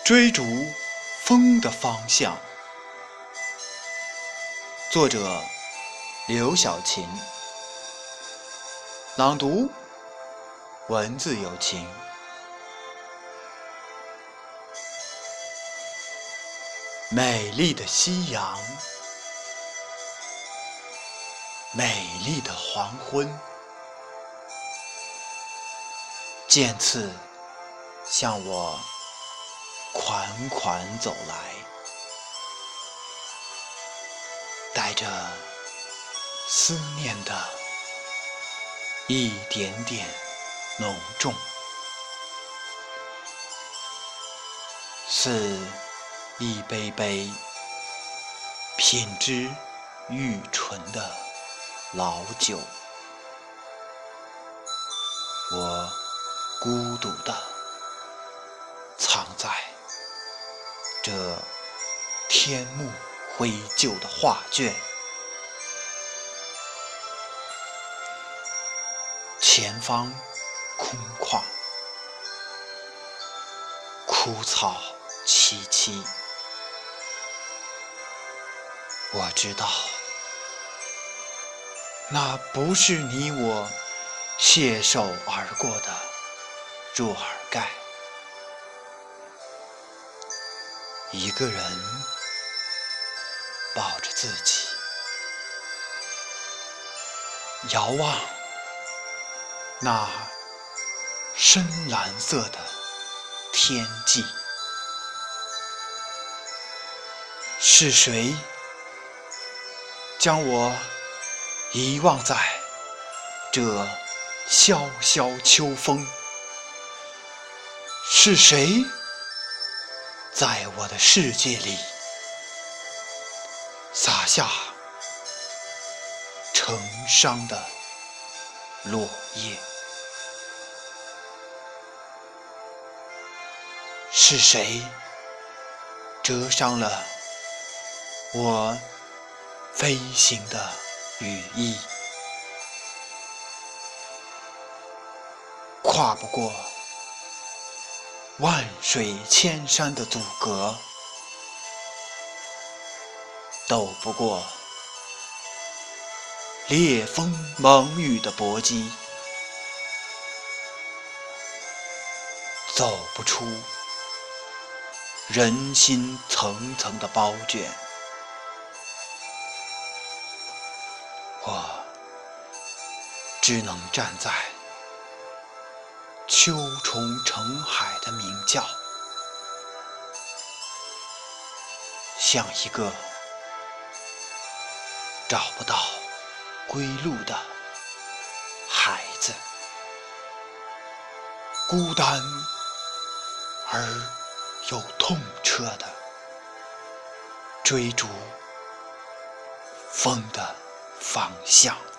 追逐风的方向。作者刘晓琴。朗读文字有情。美丽的夕阳，美丽的黄昏，渐次向我款款走来，带着思念的一点点浓重，似一杯杯品质愈醇的老酒。我孤独地藏在这天幕灰旧的画卷，前方空旷，枯草萋萋。我知道，那不是你我携手而过的若尔盖。一个人抱着自己，遥望那深蓝色的天际。是谁将我遗忘在这萧萧秋风？是谁在我的世界里洒下成伤的落叶？是谁折伤了我飞行的羽翼？跨不过万水千山的阻隔，斗不过烈风猛雨的搏击，走不出人心层层的包卷。我只能站在秋虫成海的鸣叫，像一个找不到归路的孩子，孤单而又痛彻地追逐风的方向。